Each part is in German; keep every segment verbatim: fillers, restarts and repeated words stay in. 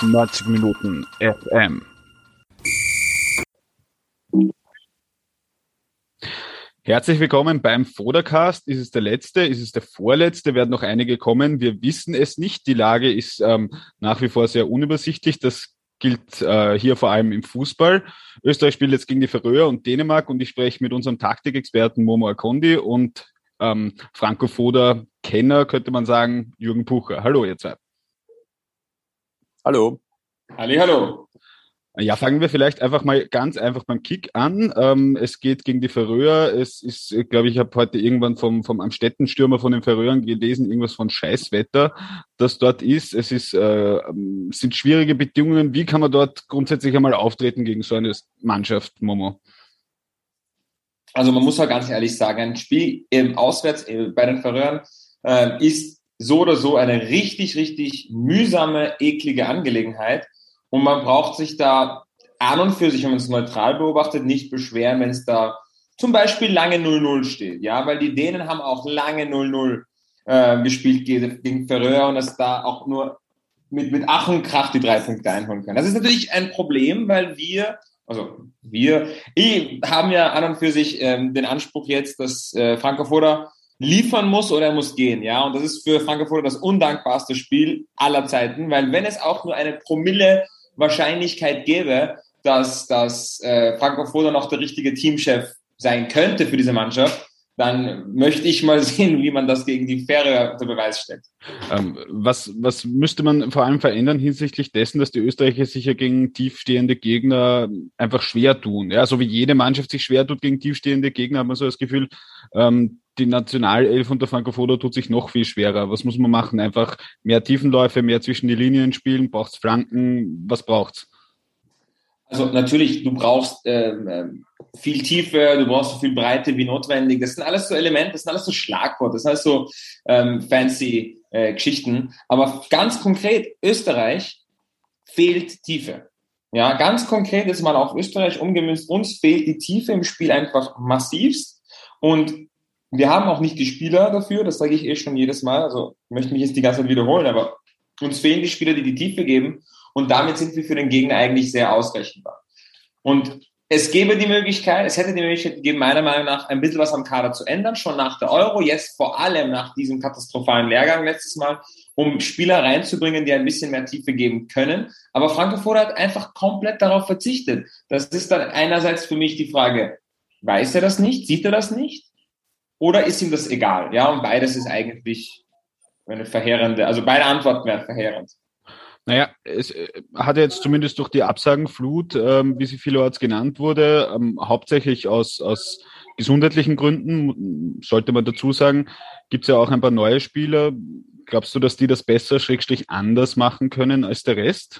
neunzig Minuten F M. Herzlich willkommen beim Vodacast. Ist es der letzte? Ist es der vorletzte? Werden noch einige kommen? Wir wissen es nicht. Die Lage ist ähm, nach wie vor sehr unübersichtlich. Das gilt äh, hier vor allem im Fußball. Österreich spielt jetzt gegen die Färöer und Dänemark und ich spreche mit unserem Taktikexperten Momo Akondi und ähm, Franco Foda-Kenner, könnte man sagen, Jürgen Pucher. Hallo, ihr zwei. Hallo. Halli, hallo. Ja, fangen wir vielleicht einfach mal ganz einfach beim Kick an. Ähm, es geht gegen die Färöer. Es ist, glaube ich, ich habe heute irgendwann vom vom Amstetten-Stürmer von den Färöern gelesen, irgendwas von Scheißwetter, das dort ist. Es ist äh, sind schwierige Bedingungen. Wie kann man dort grundsätzlich einmal auftreten gegen so eine Mannschaft, Momo? Also man muss ja ganz ehrlich sagen, ein Spiel ähm, auswärts äh, bei den Färöern äh, ist so oder so eine richtig, richtig mühsame, eklige Angelegenheit. Und man braucht sich da an und für sich, wenn man es neutral beobachtet, nicht beschweren, wenn es da zum Beispiel lange null null steht. Ja, weil die Dänen haben auch lange null null äh, gespielt gegen Färöer und das da auch nur mit, mit Ach und Krach die drei Punkte einholen können. Das ist natürlich ein Problem, weil wir, also wir, ich, haben ja an und für sich ähm, den Anspruch jetzt, dass äh, Franco Foda liefern muss oder er muss gehen, ja. Und das ist für Franco Foda das undankbarste Spiel aller Zeiten, weil wenn es auch nur eine Promille Wahrscheinlichkeit gäbe, dass, dass äh, Franco Foda noch der richtige Teamchef sein könnte für diese Mannschaft, dann möchte ich mal sehen, wie man das gegen die Färöer unter Beweis stellt. Ähm, was, was müsste man vor allem verändern hinsichtlich dessen, dass die Österreicher sich ja gegen tiefstehende Gegner einfach schwer tun? Ja, so wie jede Mannschaft sich schwer tut gegen tiefstehende Gegner, hat man so das Gefühl, ähm, die Nationalelf unter Franco Foda tut sich noch viel schwerer. Was muss man machen? Einfach mehr Tiefenläufe, mehr zwischen die Linien spielen? Braucht's Flanken? Was braucht's? Also natürlich, du brauchst ähm, viel Tiefe, du brauchst so viel Breite wie notwendig. Das sind alles so Elemente, das sind alles so Schlagworte, das sind alles so ähm, fancy äh, Geschichten. Aber ganz konkret, Österreich fehlt Tiefe. Ja, ganz konkret ist mal auf Österreich umgemünzt. Uns fehlt die Tiefe im Spiel einfach massivst. Und wir haben auch nicht die Spieler dafür, das sage ich eh schon jedes Mal. Also ich möchte mich jetzt die ganze Zeit wiederholen, aber uns fehlen die Spieler, die die Tiefe geben. Und damit sind wir für den Gegner eigentlich sehr ausrechenbar. Und es gäbe die Möglichkeit, es hätte die Möglichkeit gegeben, meiner Meinung nach, ein bisschen was am Kader zu ändern, schon nach der Euro, jetzt vor allem nach diesem katastrophalen Lehrgang letztes Mal, um Spieler reinzubringen, die ein bisschen mehr Tiefe geben können. Aber Franco Foda hat einfach komplett darauf verzichtet. Das ist dann einerseits für mich die Frage, weiß er das nicht, sieht er das nicht? Oder ist ihm das egal? Ja, und beides ist eigentlich eine verheerende, also beide Antworten wären verheerend. Naja, es hat jetzt zumindest durch die Absagenflut, ähm, wie sie vielerorts genannt wurde, ähm, hauptsächlich aus, aus gesundheitlichen Gründen, sollte man dazu sagen, gibt es ja auch ein paar neue Spieler. Glaubst du, dass die das besser, schrägstrich anders machen können als der Rest?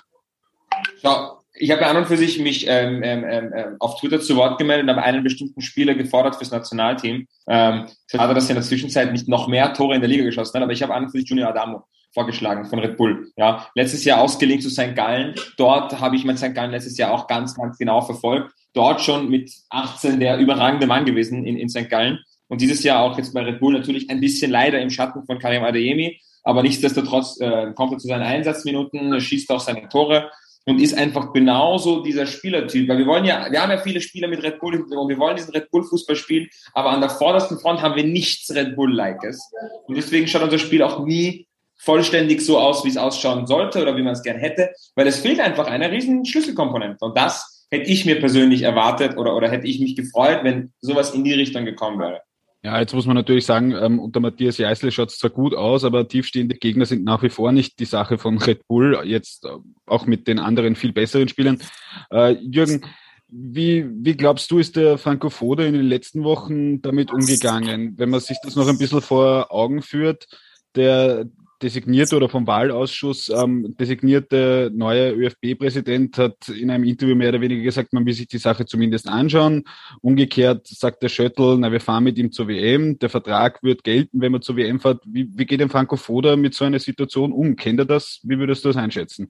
Schau, ich habe ja an und für sich mich ähm, ähm, ähm, auf Twitter zu Wort gemeldet und habe einen bestimmten Spieler gefordert fürs Nationalteam. Ähm, hat er das in der Zwischenzeit nicht noch mehr Tore in der Liga geschossen hat, aber ich habe an und für sich Junior Adamo vorgeschlagen von Red Bull. Ja, letztes Jahr ausgeliehen zu Sankt Gallen. Dort habe ich mein Sankt Gallen letztes Jahr auch ganz, ganz genau verfolgt. Dort schon mit achtzehn der überragende Mann gewesen in, in Sankt Gallen. Und dieses Jahr auch jetzt bei Red Bull natürlich ein bisschen leider im Schatten von Karim Adeyemi. Aber nichtsdestotrotz äh, kommt er zu seinen Einsatzminuten, schießt auch seine Tore und ist einfach genauso dieser Spielertyp. Weil wir wollen ja, wir haben ja viele Spieler mit Red Bull und wir wollen diesen Red Bull Fußball spielen, aber an der vordersten Front haben wir nichts Red Bull-Likes. Und deswegen schaut unser Spiel auch nie vollständig so aus, wie es ausschauen sollte oder wie man es gern hätte, weil es fehlt einfach eine riesen Schlüsselkomponente. Und das hätte ich mir persönlich erwartet oder, oder hätte ich mich gefreut, wenn sowas in die Richtung gekommen wäre. Ja, jetzt muss man natürlich sagen, ähm, unter Matthias Jeißle schaut es zwar gut aus, aber tiefstehende Gegner sind nach wie vor nicht die Sache von Red Bull, jetzt äh, auch mit den anderen viel besseren Spielern. Äh, Jürgen, wie, wie glaubst du, ist der Franco Foda in den letzten Wochen damit umgegangen? Wenn man sich das noch ein bisschen vor Augen führt, der designierte oder vom Wahlausschuss ähm, designierte neue ÖFB-Präsident hat in einem Interview mehr oder weniger gesagt, man will sich die Sache zumindest anschauen. Umgekehrt sagt der Schöttl, na, wir fahren mit ihm zur W M, der Vertrag wird gelten, wenn man zur W M fährt. Wie, wie geht denn Franco Foda mit so einer Situation um? Kennt er das? Wie würdest du das einschätzen?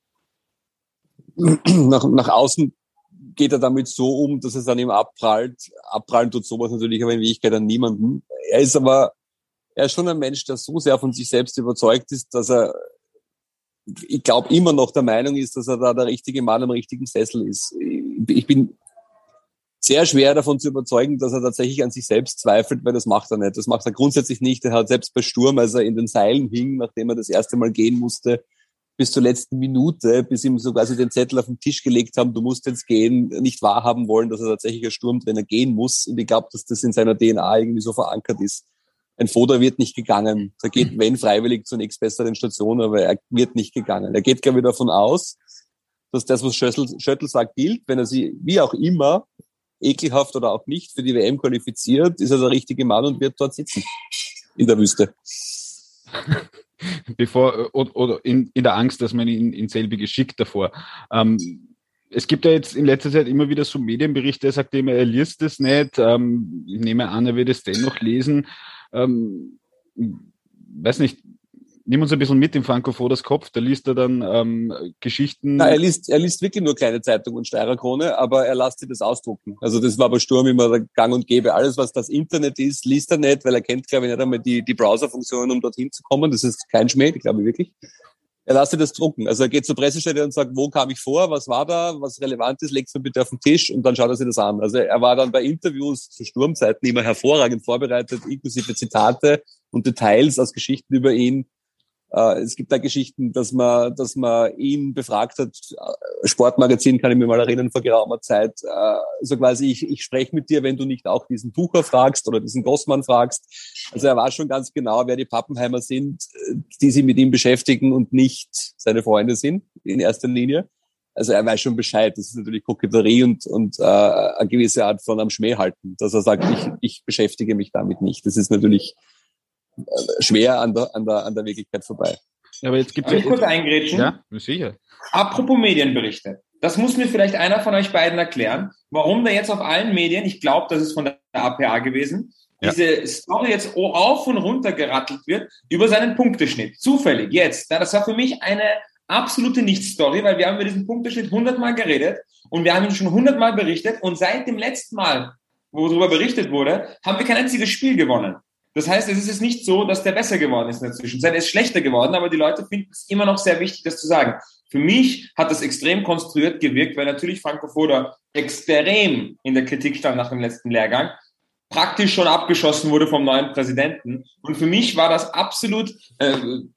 Nach, nach außen geht er damit so um, dass es an ihm abprallt. Abprallen tut sowas natürlich aber in Wirklichkeit an niemanden. Er ist aber Er ist schon ein Mensch, der so sehr von sich selbst überzeugt ist, dass er ich glaube immer noch der Meinung ist, dass er da der richtige Mann am richtigen Sessel ist. Ich bin sehr schwer davon zu überzeugen, dass er tatsächlich an sich selbst zweifelt, weil das macht er nicht. Das macht er grundsätzlich nicht. Er hat selbst bei Sturm, als er in den Seilen hing, nachdem er das erste Mal gehen musste, bis zur letzten Minute, bis ihm so quasi den Zettel auf den Tisch gelegt haben, du musst jetzt gehen, nicht wahrhaben wollen, dass er tatsächlich als Sturmtrainer gehen muss. Und ich glaube, dass das in seiner D N A irgendwie so verankert ist. Ein Foda wird nicht gegangen. Er geht, wenn freiwillig, zur nächstbesseren Station, aber er wird nicht gegangen. Er geht, glaube ich, davon aus, dass das, was Schöttl, Schöttl sagt, gilt. Wenn er sie, wie auch immer, ekelhaft oder auch nicht, für die W M qualifiziert, ist er der richtige Mann und wird dort sitzen. In der Wüste. Bevor, oder, oder in, in der Angst, dass man ihn in selbige schickt davor. Ähm, es gibt ja jetzt in letzter Zeit immer wieder so Medienberichte, er sagt immer, er liest es nicht. Ähm, ich nehme an, er wird es dennoch lesen. Ähm, weiß nicht, nimm uns ein bisschen mit in Franco Fodas Kopf, da liest er dann ähm, Geschichten. Na, er liest, er liest wirklich nur kleine Zeitungen und Steirer Krone, aber er lässt sich das ausdrucken. Also das war bei Sturm immer der Gang und Gäbe. Alles, was das Internet ist, liest er nicht, weil er kennt, glaube ich, nicht einmal die, die Browser-Funktionen, um dorthin zu kommen. Das ist kein Schmäh, glaube ich wirklich. Er lässt sich das drucken. Also er geht zur Pressestelle und sagt, wo kam ich vor, was war da, was relevant ist, legt's mir bitte auf den Tisch und dann schaut er sich das an. Also er war dann bei Interviews zu Sturmzeiten immer hervorragend vorbereitet, inklusive Zitate und Details aus Geschichten über ihn. Es gibt da Geschichten, dass man, dass man ihn befragt hat, Sportmagazin, kann ich mir mal erinnern, vor geraumer Zeit, so quasi, ich, ich spreche mit dir, wenn du nicht auch diesen Tucher fragst oder diesen Gossmann fragst. Also er weiß schon ganz genau, wer die Pappenheimer sind, die sich mit ihm beschäftigen und nicht seine Freunde sind, in erster Linie. Also er weiß schon Bescheid. Das ist natürlich Koketterie und, und äh, eine gewisse Art von am Schmäh halten, dass er sagt, ich, ich beschäftige mich damit nicht. Das ist natürlich schwer an der, an der, an der Wirklichkeit vorbei. Aber jetzt gibt es ja kurz eingrätschen. Ja, sicher. Apropos Medienberichte. Das muss mir vielleicht einer von euch beiden erklären, warum da jetzt auf allen Medien, ich glaube, das ist von der A P A gewesen, ja, diese Story jetzt auf und runter gerattelt wird über seinen Punkteschnitt. Zufällig, jetzt. Das war für mich eine absolute Nicht-Story, weil wir haben über diesen Punkteschnitt hundertmal geredet und wir haben ihn schon hundertmal berichtet und seit dem letzten Mal, wo darüber berichtet wurde, haben wir kein einziges Spiel gewonnen. Das heißt, es ist jetzt nicht so, dass der besser geworden ist in der Zwischenzeit. Er ist schlechter geworden, aber die Leute finden es immer noch sehr wichtig, das zu sagen. Für mich hat das extrem konstruiert gewirkt, weil natürlich Franco Foda extrem in der Kritik stand nach dem letzten Lehrgang, praktisch schon abgeschossen wurde vom neuen Präsidenten. Und für mich war das absolut äh,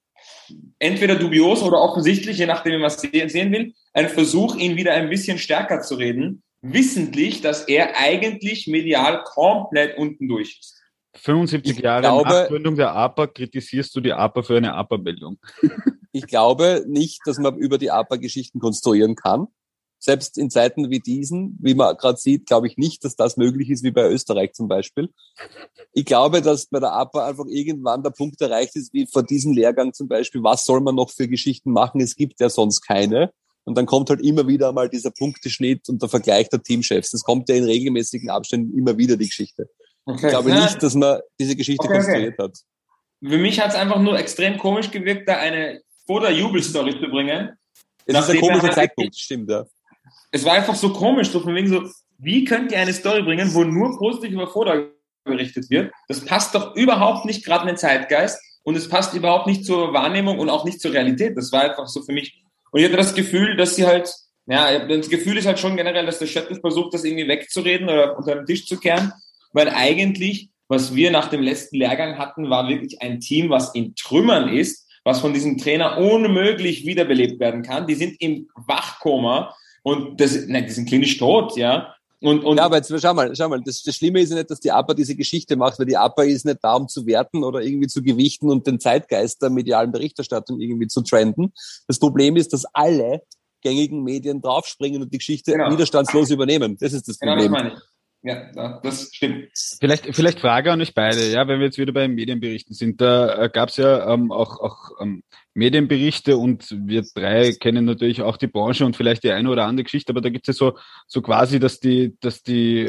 entweder dubios oder offensichtlich, je nachdem, wie man es sehen will, ein Versuch, ihn wieder ein bisschen stärker zu reden, wissentlich, dass er eigentlich medial komplett unten durch ist. fünfundsiebzig ich Jahre glaube, nach Gründung der A P A kritisierst du die A P A für eine A P A-Meldung. Ich glaube nicht, dass man über die A P A Geschichten konstruieren kann. Selbst in Zeiten wie diesen, wie man gerade sieht, glaube ich nicht, dass das möglich ist, wie bei Österreich zum Beispiel. Ich glaube, dass bei der A P A einfach irgendwann der Punkt erreicht ist, wie vor diesem Lehrgang zum Beispiel, was soll man noch für Geschichten machen? Es gibt ja sonst keine. Und dann kommt halt immer wieder mal dieser Punkteschnitt und der Vergleich der Teamchefs. Das kommt ja in regelmäßigen Abständen immer wieder, die Geschichte. Okay. Ich glaube ja nicht, dass man diese Geschichte okay, konstruiert okay. hat. Für mich hat es einfach nur extrem komisch gewirkt, da eine Foda-Jubel-Story zu bringen. Es ist ein komischer Zeitpunkt, stimmt, ja. Es war einfach so komisch, so von wegen so, wie könnt ihr eine Story bringen, wo nur positiv über Foda berichtet wird? Das passt doch überhaupt nicht gerade in den Zeitgeist und es passt überhaupt nicht zur Wahrnehmung und auch nicht zur Realität. Das war einfach so für mich. Und ich hatte das Gefühl, dass sie halt, ja, das Gefühl ist halt schon generell, dass der Schöttl versucht, das irgendwie wegzureden oder unter den Tisch zu kehren. Weil eigentlich, was wir nach dem letzten Lehrgang hatten, war wirklich ein Team, was in Trümmern ist, was von diesem Trainer unmöglich wiederbelebt werden kann. Die sind im Wachkoma und das, nein, die sind klinisch tot, ja. Und, und ja, aber jetzt schau mal, schau mal, das, das Schlimme ist ja nicht, dass die A P A diese Geschichte macht, weil die A P A ist nicht da, um zu werten oder irgendwie zu gewichten und den Zeitgeist der medialen Berichterstattung irgendwie zu trenden. Das Problem ist, dass alle gängigen Medien draufspringen und die Geschichte genau. widerstandslos übernehmen. Das ist das Problem. Genau, das meine ich. Ja, das stimmt. Vielleicht, vielleicht Frage an euch beide, ja, wenn wir jetzt wieder bei Medienberichten sind. Da äh, gab es ja ähm, auch, auch ähm, Medienberichte und wir drei kennen natürlich auch die Branche und vielleicht die eine oder andere Geschichte, aber da gibt es ja so, so quasi, dass die, dass die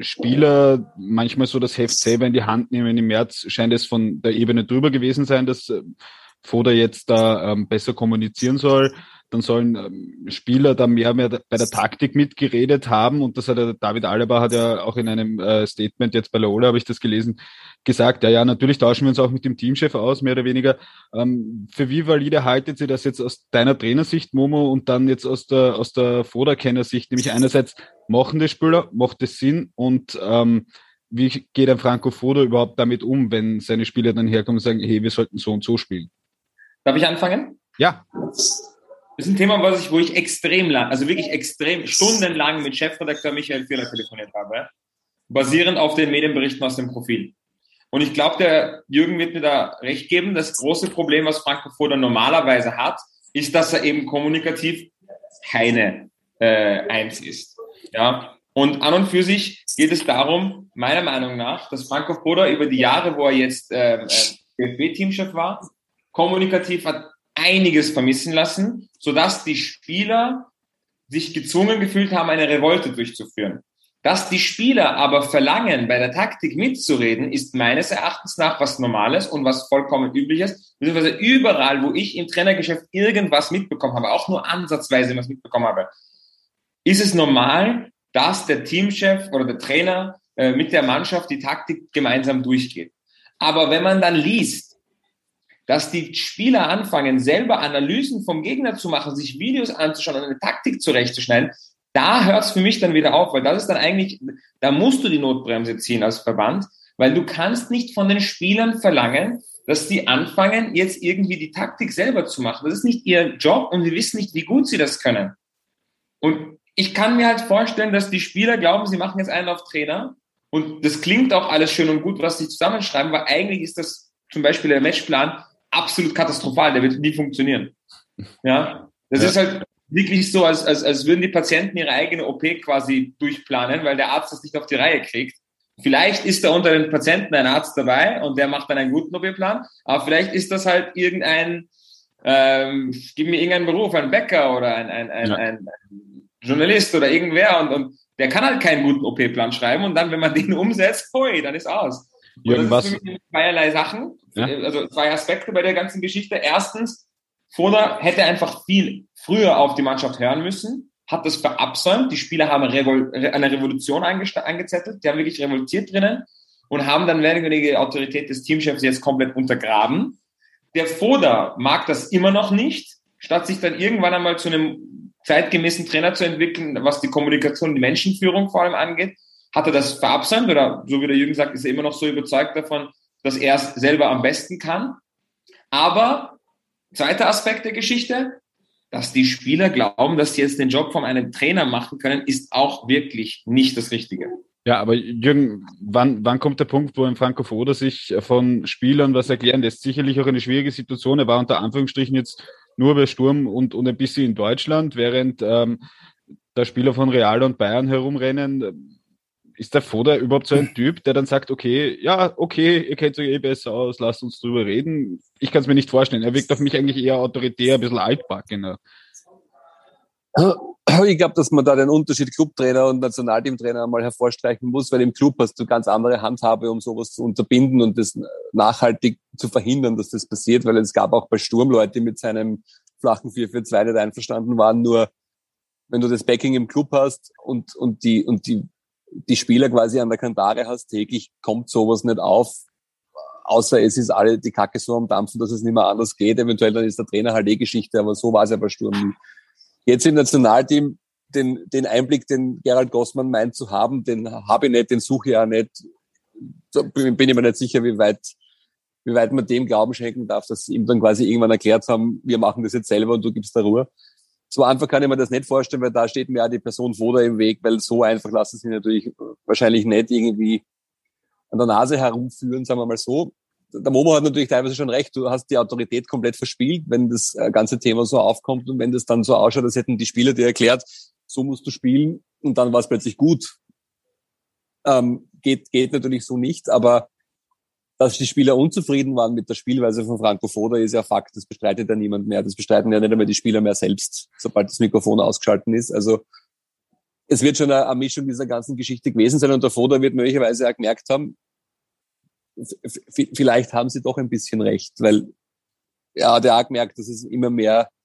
Spieler manchmal so das Heft selber in die Hand nehmen. Im März scheint es von der Ebene drüber gewesen sein, dass äh, Foda jetzt da ähm, besser kommunizieren soll. dann sollen ähm, Spieler da mehr, mehr bei der Taktik mitgeredet haben. Und das hat der David Alaba hat ja auch in einem äh, Statement jetzt bei Laola, habe ich das gelesen, gesagt, ja, ja, natürlich tauschen wir uns auch mit dem Teamchef aus, mehr oder weniger. Ähm, für wie valide haltet ihr das jetzt aus deiner Trainersicht, Momo, und dann jetzt aus der, aus der Vorderkennersicht? Nämlich einerseits, machen die Spieler, macht es Sinn, und ähm, wie geht ein Franco Foda überhaupt damit um, wenn seine Spieler dann herkommen und sagen, hey, wir sollten so und so spielen? Darf ich anfangen? Ja. Das ist ein Thema, was ich, wo ich extrem lang, also wirklich extrem stundenlang mit Chefredakteur Michael Fürler telefoniert habe, basierend auf den Medienberichten aus dem Profil. Und ich glaube, der Jürgen wird mir da recht geben. Das große Problem, was Franco Foda normalerweise hat, ist, dass er eben kommunikativ keine äh, Eins ist. Ja. Und an und für sich geht es darum, meiner Meinung nach, dass Franco Foda über die Jahre, wo er jetzt äh, äh, D F B-Teamchef war, kommunikativ hat einiges vermissen lassen, sodass die Spieler sich gezwungen gefühlt haben, eine Revolte durchzuführen. Dass die Spieler aber verlangen, bei der Taktik mitzureden, ist meines Erachtens nach was Normales und was vollkommen Übliches. Beziehungsweise überall, wo ich im Trainergeschäft irgendwas mitbekommen habe, auch nur ansatzweise was mitbekommen habe, ist es normal, dass der Teamchef oder der Trainer äh, mit der Mannschaft die Taktik gemeinsam durchgeht. Aber wenn man dann liest, dass die Spieler anfangen, selber Analysen vom Gegner zu machen, sich Videos anzuschauen und eine Taktik zurechtzuschneiden, da hört es für mich dann wieder auf, weil das ist dann eigentlich, da musst du die Notbremse ziehen als Verband, weil du kannst nicht von den Spielern verlangen, dass die anfangen, jetzt irgendwie die Taktik selber zu machen. Das ist nicht ihr Job und wir wissen nicht, wie gut sie das können. Und ich kann mir halt vorstellen, dass die Spieler glauben, sie machen jetzt einen auf Trainer, und das klingt auch alles schön und gut, was sie zusammenschreiben, weil eigentlich ist das zum Beispiel der Matchplan absolut katastrophal, der wird nie funktionieren. Ja, das ja. ist halt wirklich so, als, als, als würden die Patienten ihre eigene O P quasi durchplanen, weil der Arzt das nicht auf die Reihe kriegt. Vielleicht ist da unter den Patienten ein Arzt dabei und der macht dann einen guten O P-Plan, aber vielleicht ist das halt irgendein, ähm, gib mir irgendeinen Beruf, ein Bäcker oder ein, ein, ein, ja. ein, ein Journalist oder irgendwer, und, und der kann halt keinen guten O P-Plan schreiben, und dann, wenn man den umsetzt, hui, dann ist aus. Und das ist für mich zweierlei Sachen, ja? Also zwei Aspekte bei der ganzen Geschichte. Erstens, Foda hätte einfach viel früher auf die Mannschaft hören müssen, hat das verabsäumt. Die Spieler haben Revol- eine Revolution ange- angezettelt, die haben wirklich revoltiert drinnen und haben dann mehr oder weniger die Autorität des Teamchefs jetzt komplett untergraben. Der Foda mag das immer noch nicht, statt sich dann irgendwann einmal zu einem zeitgemäßen Trainer zu entwickeln, was die Kommunikation, die Menschenführung vor allem angeht, hat er das verabsäumt, oder so wie der Jürgen sagt, ist er immer noch so überzeugt davon, dass er es selber am besten kann. Aber zweiter Aspekt der Geschichte, dass die Spieler glauben, dass sie jetzt den Job von einem Trainer machen können, ist auch wirklich nicht das Richtige. Ja, aber Jürgen, wann, wann kommt der Punkt, wo ein Franco Foda sich von Spielern was erklären lässt? Sicherlich auch eine schwierige Situation. Er war unter Anführungsstrichen jetzt nur bei Sturm und, und ein bisschen in Deutschland, während ähm, da Spieler von Real und Bayern herumrennen. Ist der Foda überhaupt so ein Typ, der dann sagt, okay, ja, okay, ihr kennt euch eh besser aus, lasst uns drüber reden? Ich kann es mir nicht vorstellen. Er wirkt auf mich eigentlich eher autoritär, ein bisschen altbackener. Ich glaube, dass man da den Unterschied Clubtrainer und Nationalteamtrainer einmal hervorstreichen muss, weil im Club hast du ganz andere Handhabe, um sowas zu unterbinden und das nachhaltig zu verhindern, dass das passiert, weil es gab auch bei Sturm Leute, die mit seinem flachen vier vier zwei nicht einverstanden waren, nur wenn du das Backing im Club hast und, und die, und die, die Spieler quasi an der Kandare hast, täglich kommt sowas nicht auf, außer es ist alle die Kacke so am Dampfen, dass es nicht mehr anders geht. Eventuell dann ist der Trainer halt eh Geschichte, aber so war es ja bei Sturm nie. Jetzt im Nationalteam, den, den Einblick, den Gerald Gossmann meint zu haben, den habe ich nicht, den suche ich auch nicht. Da bin ich mir nicht sicher, wie weit, wie weit man dem Glauben schenken darf, dass sie ihm dann quasi irgendwann erklärt haben, wir machen das jetzt selber und du gibst da Ruhe. So einfach kann ich mir das nicht vorstellen, weil da steht mir auch die Person Foda im Weg, weil so einfach lassen sie natürlich wahrscheinlich nicht irgendwie an der Nase herumführen, sagen wir mal so. Der Momo hat natürlich teilweise schon recht, du hast die Autorität komplett verspielt, wenn das ganze Thema so aufkommt und wenn das dann so ausschaut, als hätten die Spieler dir erklärt, so musst du spielen und dann war es plötzlich gut. Ähm, geht, geht natürlich so nicht, aber dass die Spieler unzufrieden waren mit der Spielweise von Franco Foda ist ja Fakt, das bestreitet ja niemand mehr, das bestreiten ja nicht einmal die Spieler mehr selbst, sobald das Mikrofon ausgeschalten ist. Also es wird schon eine, eine Mischung dieser ganzen Geschichte gewesen sein und der Foda wird möglicherweise auch gemerkt haben, f- vielleicht haben sie doch ein bisschen recht, weil ja, der hat gemerkt, dass es immer mehr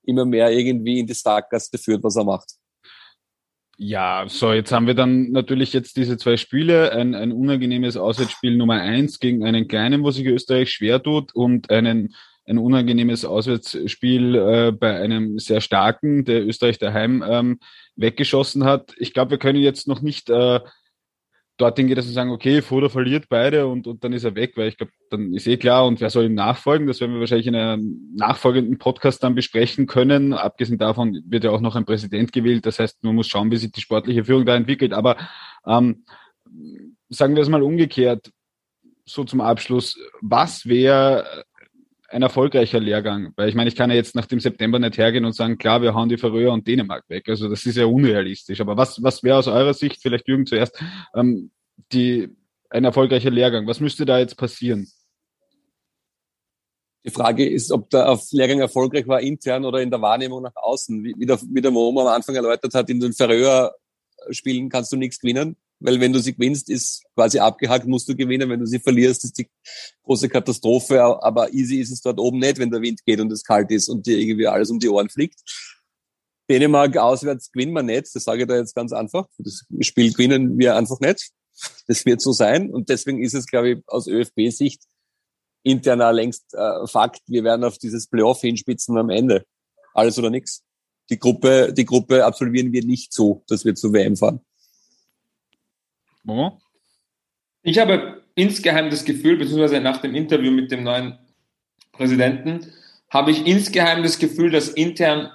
immer mehr irgendwie in die Sackgasse führt, was er macht. Ja, so, jetzt haben wir dann natürlich jetzt diese zwei Spiele, ein, ein unangenehmes Auswärtsspiel Nummer eins gegen einen kleinen, wo sich Österreich schwer tut, und einen, ein unangenehmes Auswärtsspiel äh, bei einem sehr starken, der Österreich daheim ähm, weggeschossen hat. Ich glaube, wir können jetzt noch nicht äh, dorthin gehen, dass wir sagen, okay, Foda verliert beide und, und dann ist er weg, weil ich glaube, dann ist eh klar, und wer soll ihm nachfolgen? Das werden wir wahrscheinlich in einem nachfolgenden Podcast dann besprechen können. Abgesehen davon wird ja auch noch ein Präsident gewählt. Das heißt, man muss schauen, wie sich die sportliche Führung da entwickelt. Aber ähm, sagen wir es mal umgekehrt, so zum Abschluss, was wäre ein erfolgreicher Lehrgang? Weil ich meine, ich kann ja jetzt nach dem September nicht hergehen und sagen, klar, wir hauen die Färöer und Dänemark weg. Also das ist ja unrealistisch. Aber was, was wäre aus eurer Sicht, vielleicht Jürgen zuerst, ähm, die, ein erfolgreicher Lehrgang? Was müsste da jetzt passieren? Die Frage ist, ob der Lehrgang erfolgreich war, intern oder in der Wahrnehmung nach außen. Wie, wie der, wie der Momo am Anfang erläutert hat, in den Färöer-Spielen kannst du nichts gewinnen. Weil wenn du sie gewinnst, ist quasi abgehakt, musst du gewinnen. Wenn du sie verlierst, ist die große Katastrophe. Aber easy ist es dort oben nicht, wenn der Wind geht und es kalt ist und dir irgendwie alles um die Ohren fliegt. Dänemark auswärts gewinnen wir nicht. Das sage ich da jetzt ganz einfach. Das Spiel gewinnen wir einfach nicht. Das wird so sein. Und deswegen ist es, glaube ich, aus ÖFB-Sicht interner längst äh, Fakt. Wir werden auf dieses Playoff hinspitzen am Ende. Alles oder nichts. Die Gruppe, die Gruppe absolvieren wir nicht so, dass wir zur W M fahren. Momo? Ich habe insgeheim das Gefühl, beziehungsweise nach dem Interview mit dem neuen Präsidenten, habe ich insgeheim das Gefühl, dass intern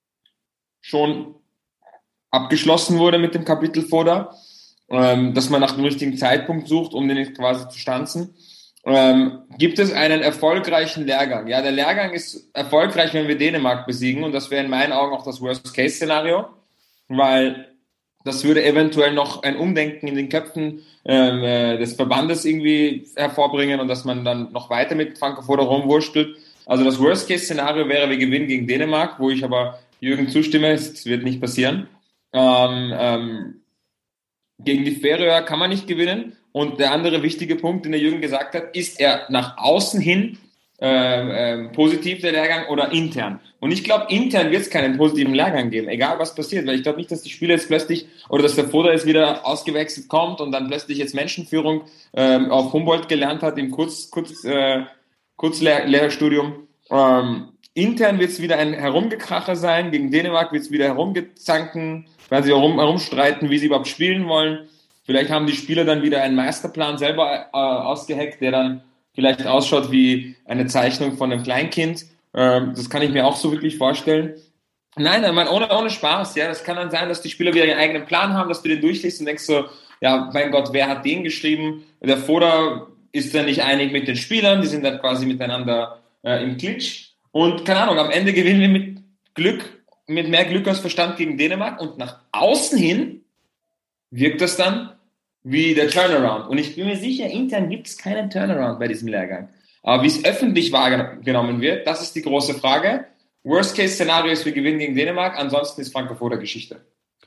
schon abgeschlossen wurde mit dem Kapitel Foda, ähm, dass man nach dem richtigen Zeitpunkt sucht, um den quasi zu stanzen. Ähm, gibt es einen erfolgreichen Lehrgang? Ja, der Lehrgang ist erfolgreich, wenn wir Dänemark besiegen, und das wäre in meinen Augen auch das Worst-Case-Szenario, weil das würde eventuell noch ein Umdenken in den Köpfen ähm, äh, des Verbandes irgendwie hervorbringen und dass man dann noch weiter mit Franco Foda rumwurschtelt. Also das Worst-Case-Szenario wäre, wir gewinnen gegen Dänemark, wo ich aber Jürgen zustimme, es wird nicht passieren. Ähm, ähm, gegen die Färöer kann man nicht gewinnen. Und der andere wichtige Punkt, den der Jürgen gesagt hat, ist er nach außen hin äh, äh, positiv, der Lehrgang, oder intern? Und ich glaube, intern wird es keinen positiven Lehrgang geben, egal was passiert, weil ich glaube nicht, dass die Spieler jetzt plötzlich, oder dass der Foda jetzt wieder ausgewechselt kommt und dann plötzlich jetzt Menschenführung ähm, auf Humboldt gelernt hat im Kurz, Kurz, äh, Kurzlehrstudium. Ähm, intern wird es wieder ein Herumgekracher sein, gegen Dänemark wird es wieder herumgezanken, werden sie herum, herumstreiten, wie sie überhaupt spielen wollen. Vielleicht haben die Spieler dann wieder einen Masterplan selber äh, ausgeheckt, der dann vielleicht ausschaut wie eine Zeichnung von einem Kleinkind. Ähm, das kann ich mir auch so wirklich vorstellen. Nein, ich meine, ohne, ohne Spaß. Ja, das kann dann sein, dass die Spieler wieder ihren eigenen Plan haben, dass du den durchliest und denkst so, ja, mein Gott, wer hat den geschrieben? Der Foda ist dann nicht einig mit den Spielern, die sind dann quasi miteinander äh, im Clinch. Und keine Ahnung, am Ende gewinnen wir mit Glück, mit mehr Glück als Verstand gegen Dänemark, und nach außen hin wirkt das dann wie der Turnaround. Und ich bin mir sicher, intern gibt es keinen Turnaround bei diesem Lehrgang. Aber wie es öffentlich wahrgenommen wird, das ist die große Frage. Worst-Case-Szenario ist, wir gewinnen gegen Dänemark, ansonsten ist Franco Foda Geschichte.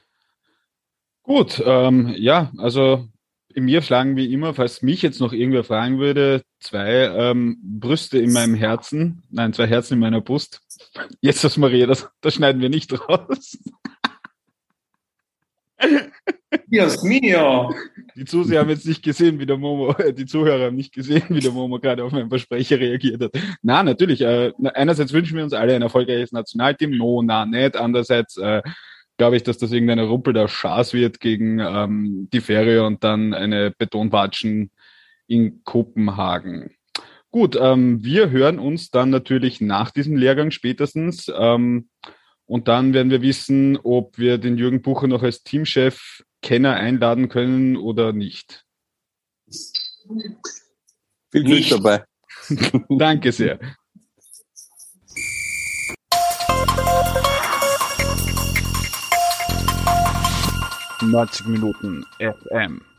Gut, ähm, ja, also in mir schlagen wie immer, falls mich jetzt noch irgendwer fragen würde, zwei ähm, Brüste in meinem Herzen, nein, zwei Herzen in meiner Brust. Jetzt das Maria, das, das schneiden wir nicht raus. Dios mio! Die Zuseher haben jetzt nicht gesehen, wie der Momo, die Zuhörer haben nicht gesehen, wie der Momo gerade auf meinen Versprecher reagiert hat. Na, natürlich, äh, einerseits wünschen wir uns alle ein erfolgreiches Nationalteam, no, na, nicht. Andererseits äh, glaube ich, dass das irgendeine Rumpel der Schaß wird gegen ähm, die Färöer und dann eine Betonwatschen in Kopenhagen. Gut, ähm, wir hören uns dann natürlich nach diesem Lehrgang spätestens. Ähm, Und dann werden wir wissen, ob wir den Jürgen Bucher noch als Teamchef Kenner einladen können oder nicht. Viel Glück nicht dabei. Danke sehr. neunzig Minuten F M.